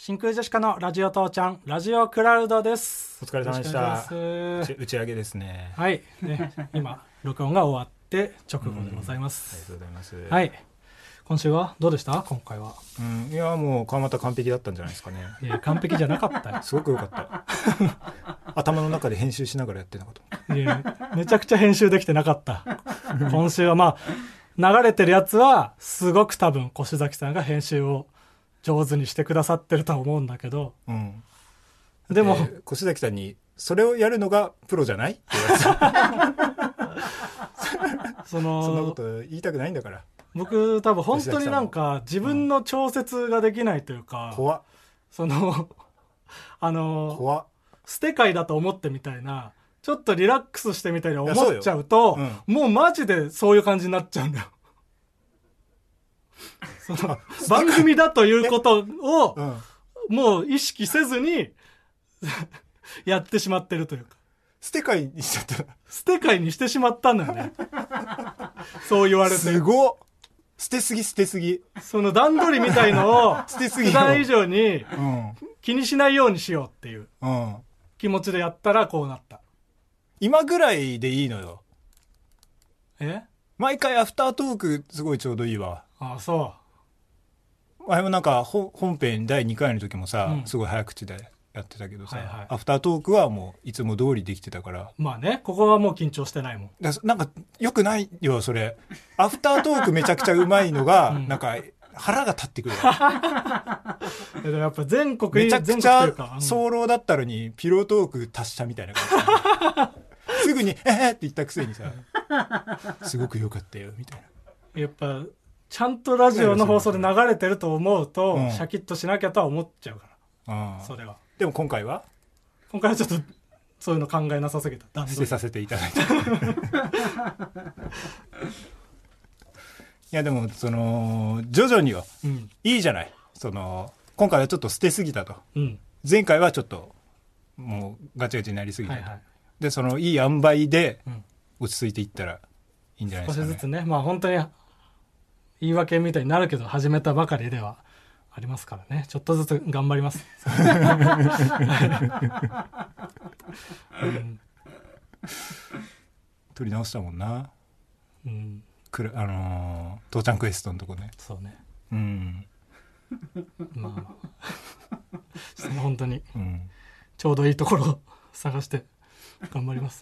真空ジェシカのラジオ父ちゃん、ラジオクラウドです。 お疲れ様でした。打ち上げですね。 はい、ね、今録音が終わって直後でございます。 ありがとうございます。 はい。今週はどうでした？今回は。 いやもう川又完璧だったんじゃないですかね。 いや完璧じゃなかったよ。 すごく良かった。頭の中で編集しながらやってなかった。 いやめちゃくちゃ編集できてなかった。今週はまあ流れてるやつはすごく多分越崎さんが編集を上手にしてくださってるとは思うんだけど、でも越崎さんにそれをやるのがプロじゃないって言われた。そんなこと言いたくないんだから。 僕多分本当になんか自分の調節ができないというか、 怖っ。 怖っ。捨て会だと思ってみたいな、ちょっとリラックスしてみたいに思っちゃうと、もうマジでそういう感じになっちゃうんだよ。番組だということをもう意識せずにやってしまってるというか、 捨て会にしちゃった。 捨て会にしてしまったんだよね。そう言われてすごっ。捨てすぎ。 その段取りみたいのを捨てすぎ普段以上に気にしないようにしようっていう気持ちでやったらこうなった。 今ぐらいでいいのよ。毎回アフタートークすごいちょうどいいわ。 ああそう。 前もなんか本編第2回の時もさ、すごい早口でやってたけどさ、アフタートークはもういつも通りできてたから。 まあね、ここはもう緊張してないもん。 なんかよくないよそれ。アフタートークめちゃくちゃうまいのが、なんか腹が立ってくる。 やっぱ全国めちゃくちゃ早漏だったのにピロートーク達したみたいな感じ。すぐにって言ったくせにさ、すごく良かったよみたいな。やっぱちゃんとラジオの放送で流れてると思うと、シャキッとしなきゃとは思っちゃうから。それは。でも今回はちょっとそういうの考えなさすぎた。 捨てさせていただいて。いやでも徐々によ、いいじゃない。今回はちょっと捨てすぎたと。前回はちょっともうガチガチになりすぎたと。でいい塩梅で落ち着いていったらいいんじゃないですかね。 少しずつね、まあ本当に言い訳みたいになるけど始めたばかりではありますからね。ちょっとずつ頑張ります。 撮り直したもんな。父ちゃんクエストのとこね。 そうね。まあ本当にちょうどいいところを探して頑張ります。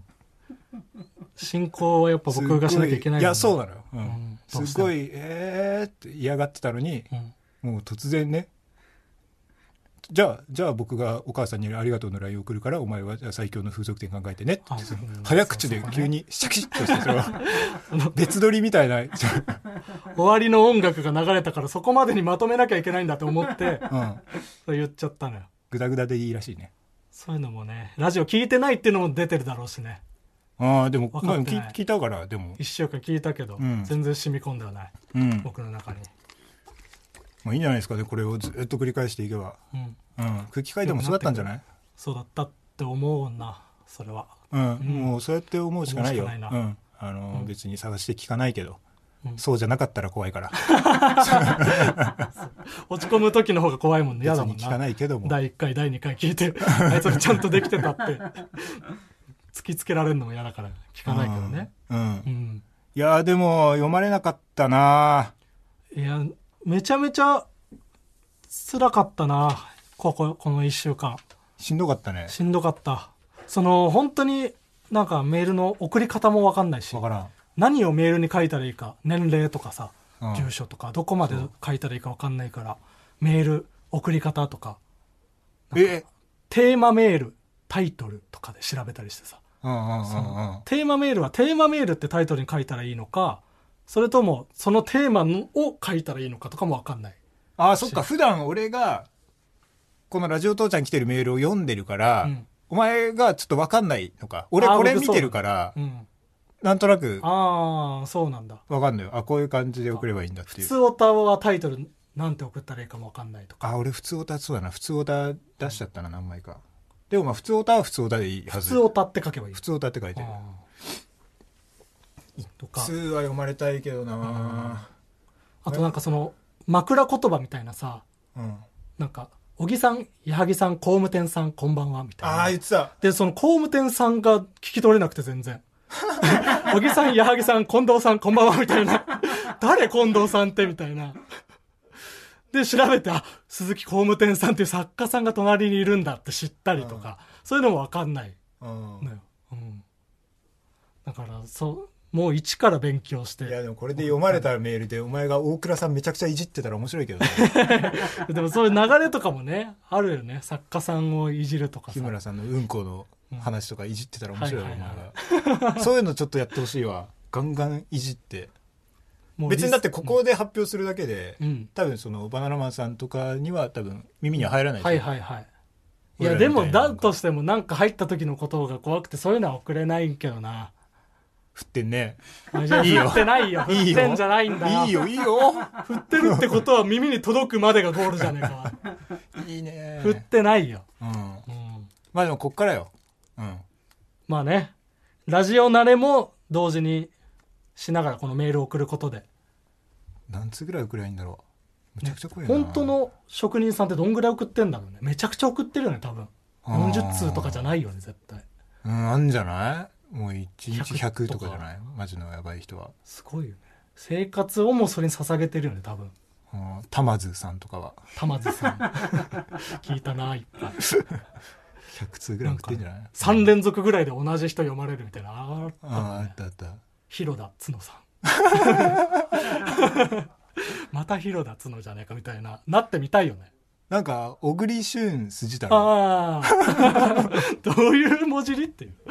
進行はやっぱ僕がしなきゃいけない。 いやそうなのよ。すごいって嫌がってたのに、もう突然ね、じゃあ僕がお母さんにありがとうの LINE 送るからお前は最強の風俗店考えてねって早口で急にシャキッとして、それは別撮りみたいな終わりの音楽が流れたからそこまでにまとめなきゃいけないんだと思ってそう言っちゃったのよ。 グダグダでいいらしいね。 そういうのもね、ラジオ聞いてないっていうのも出てるだろうしね。 でも聞いたから。でも 1週間聞いたけど、全然染み込んではない、僕の中に。 いいんじゃないですかね、これをずっと繰り返していけば。空気階段もそうだったんじゃない？ そうだったって思うな、それは。 もうそうやって思うしかないよ。別に探して聞かないけど、そうじゃなかったら怖いから。 落ち込む時の方が怖いもんね。嫌だもんな。 別に聞かないけども、 第1回第2回聞いてあいつちゃんとできてたって突きつけられるのも嫌だから聞かないけどね。 いやでも読まれなかったな。 いやめちゃめちゃ辛かったな。この1週間しんどかったね。 しんどかった。本当になんかメールの送り方も分かんないし、何をメールに書いたらいいか、年齢とかさ、住所とかどこまで書いたらいいか分かんないから、メール送り方とかテーマメールタイトルとかで調べたりしてさ、テーマメールはテーマメールってタイトルに書いたらいいのか、それともそのテーマを書いたらいいのかとかも分かんない。 そっか。普段俺がこのラジオ父ちゃん来てるメールを読んでるから、お前がちょっと分かんないのか。俺これ見てるから、なんとなくそうなんだ、 分かんないよ。こういう感じで送ればいいんだっていう。 普通オタはタイトルなんて送ったらいいかも分かんないとか。 俺普通オタ、そうだな、普通オタ出しちゃったな、何枚か。でも普通オタは普通オタでいいはず。 普通オタって書けばいい。 普通オタって書いてる。普通は読まれたいけどな。 あとなんか枕言葉みたいなさ、なんか小木さん、矢作さん、工務店さん、こんばんは、みたいな。 ああ、言ってた。 で、その工務店さんが聞き取れなくて全然。小木さん、矢作さん、近藤さん、こんばんは、みたいな。誰近藤さんって、みたいな。で、調べて、あ、鈴木工務店さんっていう作家さんが隣にいるんだって知ったりとか、そういうのもわかんないのよ。だから、もう一から勉強して。 いやでもこれで読まれたメールでお前が大倉さんめちゃくちゃいじってたら面白いけどね。 でもそういう流れとかもねあるよね。作家さんをいじるとかさ、 日村さんのうんこの話とかいじってたら面白いよ、お前が。そういうのちょっとやってほしいわ。ガンガンいじって。別にだってここで発表するだけで、多分そのバナナマンさんとかには多分耳には入らないですよ。 いやでもだとしてもなんか入った時のことが怖くてそういうのは送れないけどな。 振ってんね。 じゃあ振ってないよ。振ってんじゃないんだよ。 いいよいいよ。 振ってるってことは耳に届くまでがゴールじゃねえか。 いいね。 振ってないよ。 まあでもこっからよ。 まあね、ラジオ慣れも同時にしながらこのメールを送ることで。 何通ぐらい送ればいいんだろう。めちゃくちゃ濃いな。 本当の職人さんってどんぐらい送ってんだろうね。めちゃくちゃ送ってるよね多分。40通とかじゃないよね絶対。 あんじゃない？もう1日100とかじゃない？マジのやばい人は。 すごいよね。生活をもそれに捧げてるよね多分。 玉津さんとかは。 玉津さん聞いたないっぱい。 100通ぐらい送ってんじゃない？ 3 連続ぐらいで同じ人読まれるみたいな。 あったあった。 広田角さんまた広田角じゃねえかみたいななってみたいよね。 なんか小栗旬筋太郎。ああどういう文字りっていう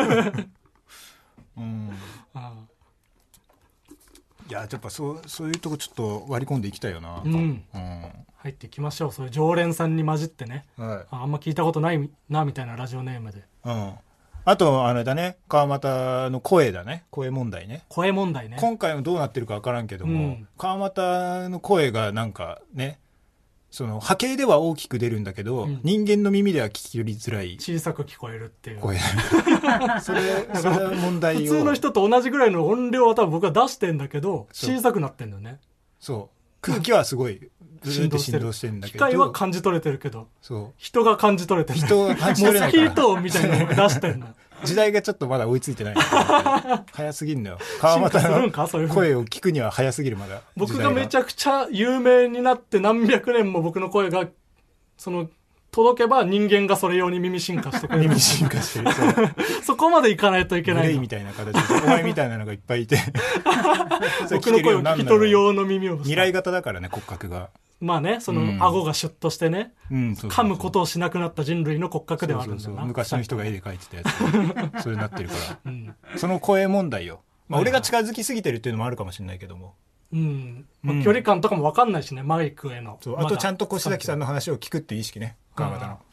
いややっぱそういうとこちょっと割り込んでいきたいよな。 入っていきましょう。そういう常連さんに混じってね、あんま聞いたことないなみたいなラジオネームで。 あとあれだね、川又の声だね。声問題ね。 声問題ね。 今回もどうなってるか分からんけども、川又の声がなんかね、その波形では大きく出るんだけど、人間の耳では聞き取りづらい小さく聞こえるっていう声それは問題を。 普通の人と同じぐらいの音量は多分僕は出してんだけど小さくなってんだよね。 そう空気はすごい振動してるんだけど、 機械は感じ取れてるけど、 そう人が感じ取れてない。 人が感じ取れないからモスキートみたいなのを出してんの時代がちょっとまだ追いついてない早すぎるのよ。川又の声を聞くには早すぎる。まだ僕がめちゃくちゃ有名になって何百年も僕の声がその届けば人間がそれ用に耳進化してくれる。 耳進化してる。 そこまでいかないといけない。 グレイみたいな形でお前みたいなのがいっぱいいて僕の声を聞き取る用の耳を。 未来型だからね骨格が。 まあね、その顎がシュッとしてね、噛むことをしなくなった人類の骨格ではあるんだな。 昔の人が絵で描いてたやつそうなってるから、その声問題よ。まあ俺が近づきすぎてるっていうのもあるかもしれないけども、 距離感とかも分かんないしね、マイクへの。 あとちゃんと越崎さんの話を聞くっていう意識ね、川端の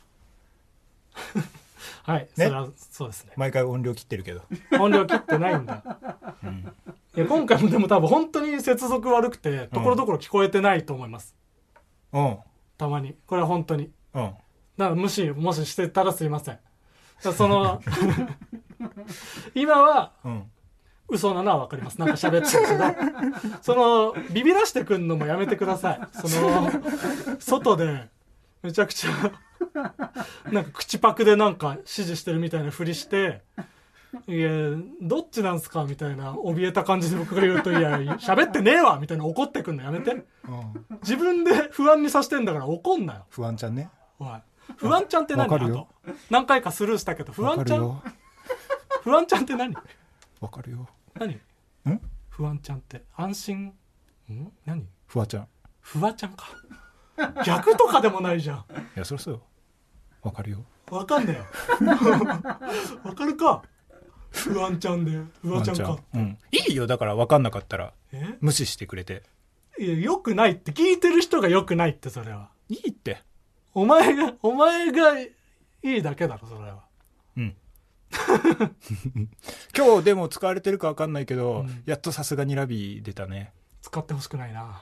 はい、それはそうですね。 毎回音量切ってるけど音量切ってないんだいや今回もでも多分本当に接続悪くてところどころ聞こえてないと思います。たまにこれは本当にだからもししてたらすいません。その今は嘘なのは分かります。なんか喋ってるけどそのビビらしてくんのもやめてください。その外でめちゃくちゃなんか口パクでなんか指示してるみたいなふりしていやどっちなんすかみたいな怯えた感じで僕が言うといや喋ってねえわみたいな怒ってくんのやめて。自分で不安にさせてんだから怒んなよ。 不安ちゃんね。 不安ちゃんって何？あと何回かスルーしたけど不安ちゃん不安ちゃんって何？ わかるよ。 何？不安ちゃんって安心何？ フワちゃん。 フワちゃんか。逆とかでもないじゃん。いやそりゃそうよ。わかるよ。 わかんねえよ。わかるか。不安ちゃんでフワちゃんか。 いいよだからわかんなかったら無視してくれて。 いやよくないって聞いてる人がよくないってそれは。 いいって。お前がいいだけだろそれは。 今日でも使われてるか分かんないけど、やっとさすがにラビー出たね。 使ってほしくないな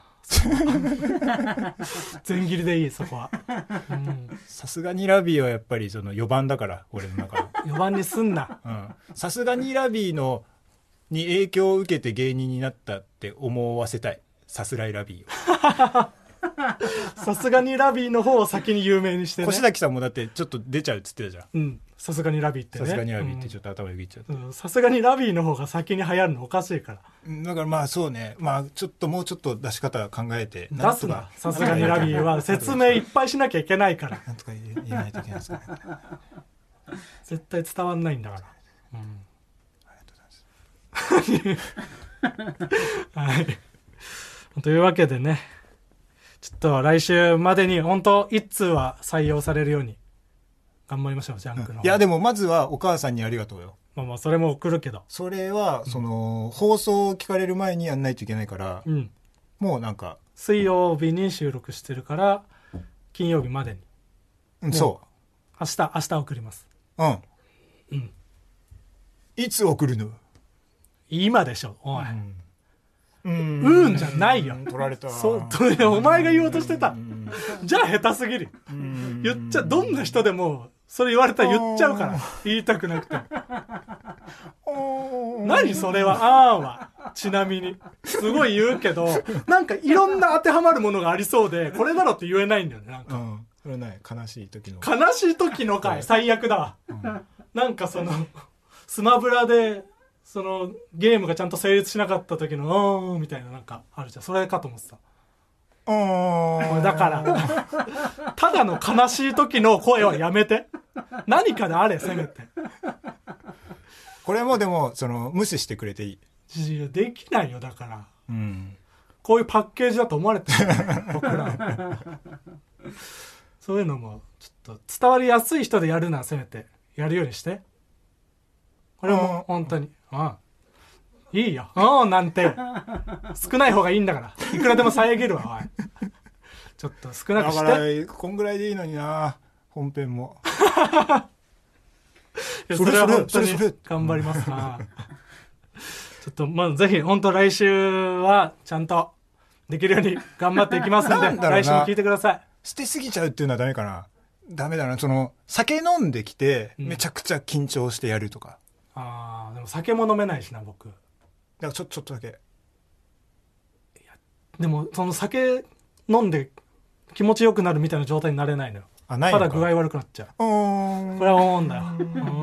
全切りでいいそこは。 さすがにラビーはやっぱりその4番だから俺の中 4番にすんな。 さすがにラビーのに影響を受けて芸人になったって思わせたい。さすらいラビーをさすがにラビーの方を先に有名にしてね。 越崎さんもだってちょっと出ちゃうっつってたじゃん。 うん。さすがにラビーってね。 さすがにラビーってちょっと頭よぎっちゃった。 さすがにラビーの方が先に流行るのおかしいから。 だからまあそうね。まあちょっともうちょっと出し方考えて。 出すな。さすがにラビーは説明いっぱいしなきゃいけないから。 なんとか言えないといけないですかね。 絶対伝わんないんだから。うん。 ありがとうございます。 はい。というわけでね、ちょっと来週までに本当一通は採用されるように頑張りましょう、ジャンクの。 いやでもまずはお母さんにありがとうよ。 まあまあそれも送るけど。 それはその、放送を聞かれる前にやんないといけないから、 うん、 もうなんか水曜日に収録してるから金曜日までに。 うん、そう。 明日送ります。 うん。 うん。 いつ送るの？ 今でしょ、おい。 うんじゃないよ。 取られた。 お前が言おうとしてた。じゃあ下手すぎる。言っちゃ、どんな人でも、それ言われたら言っちゃうから。言いたくなくても。何それは、あーは。ちなみに。すごい言うけど、なんかいろんな当てはまるものがありそうで、これだろって言えないんだよね、なんか。 それない。悲しい時の。 悲しい時の回、最悪だわ。なんかその、スマブラで、そのゲームがちゃんと成立しなかった時のみたいななんかあるじゃん。それかと思ってた。これだからただの悲しい時の声はやめて。何かであれ、せめて。 これもでもその無視してくれていい。 できないよ、だから、こういうパッケージだと思われてる僕らそういうのもちょっと伝わりやすい人でやるならせめてやるようにして。これも本当にいいよなんて少ない方がいいんだから。いくらでも遮るわ。おいちょっと少なくして。 だからこんぐらいでいいのにな、本編もそれは本当に頑張りますなちょっとまあぜひ本当来週はちゃんとできるように頑張っていきますんで来週も聞いてください。 捨てすぎちゃうっていうのはダメかな。ダメだな。その酒飲んできてめちゃくちゃ緊張してやるとか、 でも酒も飲めないしな僕。だからちょっとだけ。 でもその酒飲んで気持ちよくなるみたいな状態になれないのよ。 ないのか。 ただ具合悪くなっちゃう。これは思うんだよ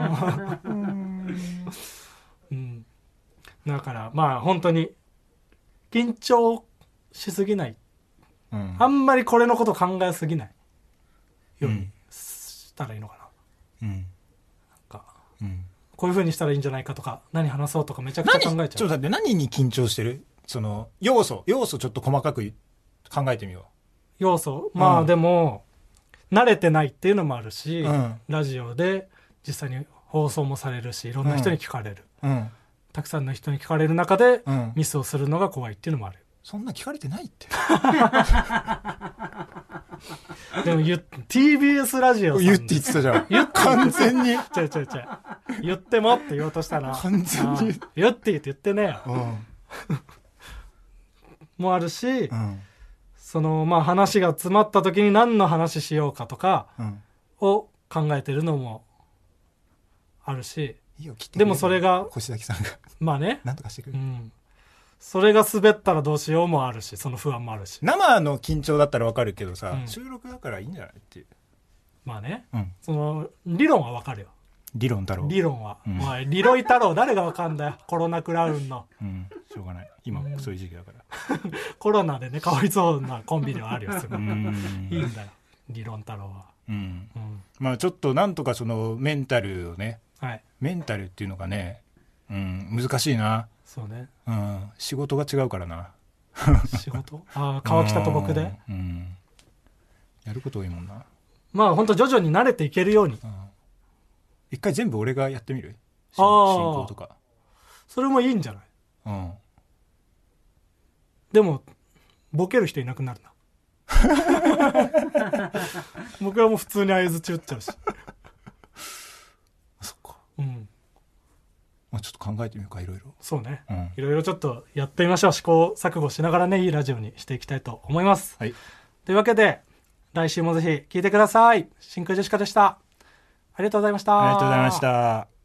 だからまあ本当に緊張しすぎない、あんまりこれのこと考えすぎないようにしたらいいのかな。なんか、こういう風にしたらいいんじゃないかとか、何話そうとかめちゃくちゃ考えちゃう。 ちょっと待って、何に緊張してる？その要素ちょっと細かく考えてみよう。要素、まあでも慣れてないっていうのもあるし、ラジオで実際に放送もされるし、いろんな人に聞かれる、たくさんの人に聞かれる中で、ミスをするのが怖いっていうのもある。 そんな聞かれてないってでもTBS ラジオさん言って言ってたじゃん完全に言ってもって言おうとしたら完全に言ってねえよ、もあるし、そのまあ話が詰まった時に何の話しようかとかを考えてるのもあるし、でもそれが越崎さんがまあね、 なんとかしてくれる、 それが滑ったらどうしようもあるし、その不安もあるし。 生の緊張だったら分かるけどさ、収録だからいいんじゃないっていう。 まあね、その理論は分かるよ。 理論太郎。 理論は、おいリロイ太郎誰が分かんだよ。コロナクラウンの、 しょうがない今、そういう時期だからコロナでねかわいそうなコンビではあるよすごいいいんだよ理論太郎は。 まあちょっとなんとかそのメンタルをね、メンタルっていうのがね、難しいな。 そうね、 仕事が違うからな仕事川北と僕で、 やること多いもんな。 まあ本当徐々に慣れていけるように、 一回全部俺がやってみる。進行とかそれもいいんじゃない？でもボケる人いなくなるな僕はもう普通に相づち打っちゃうしそっか。 まあ、ちょっと考えてみようか、いろいろ。 そうね、いろいろちょっとやってみましょう。試行錯誤しながらね、いいラジオにしていきたいと思います。というわけで来週もぜひ聞いてください。真空ジェシカでした。ありがとうございました。 ありがとうございました。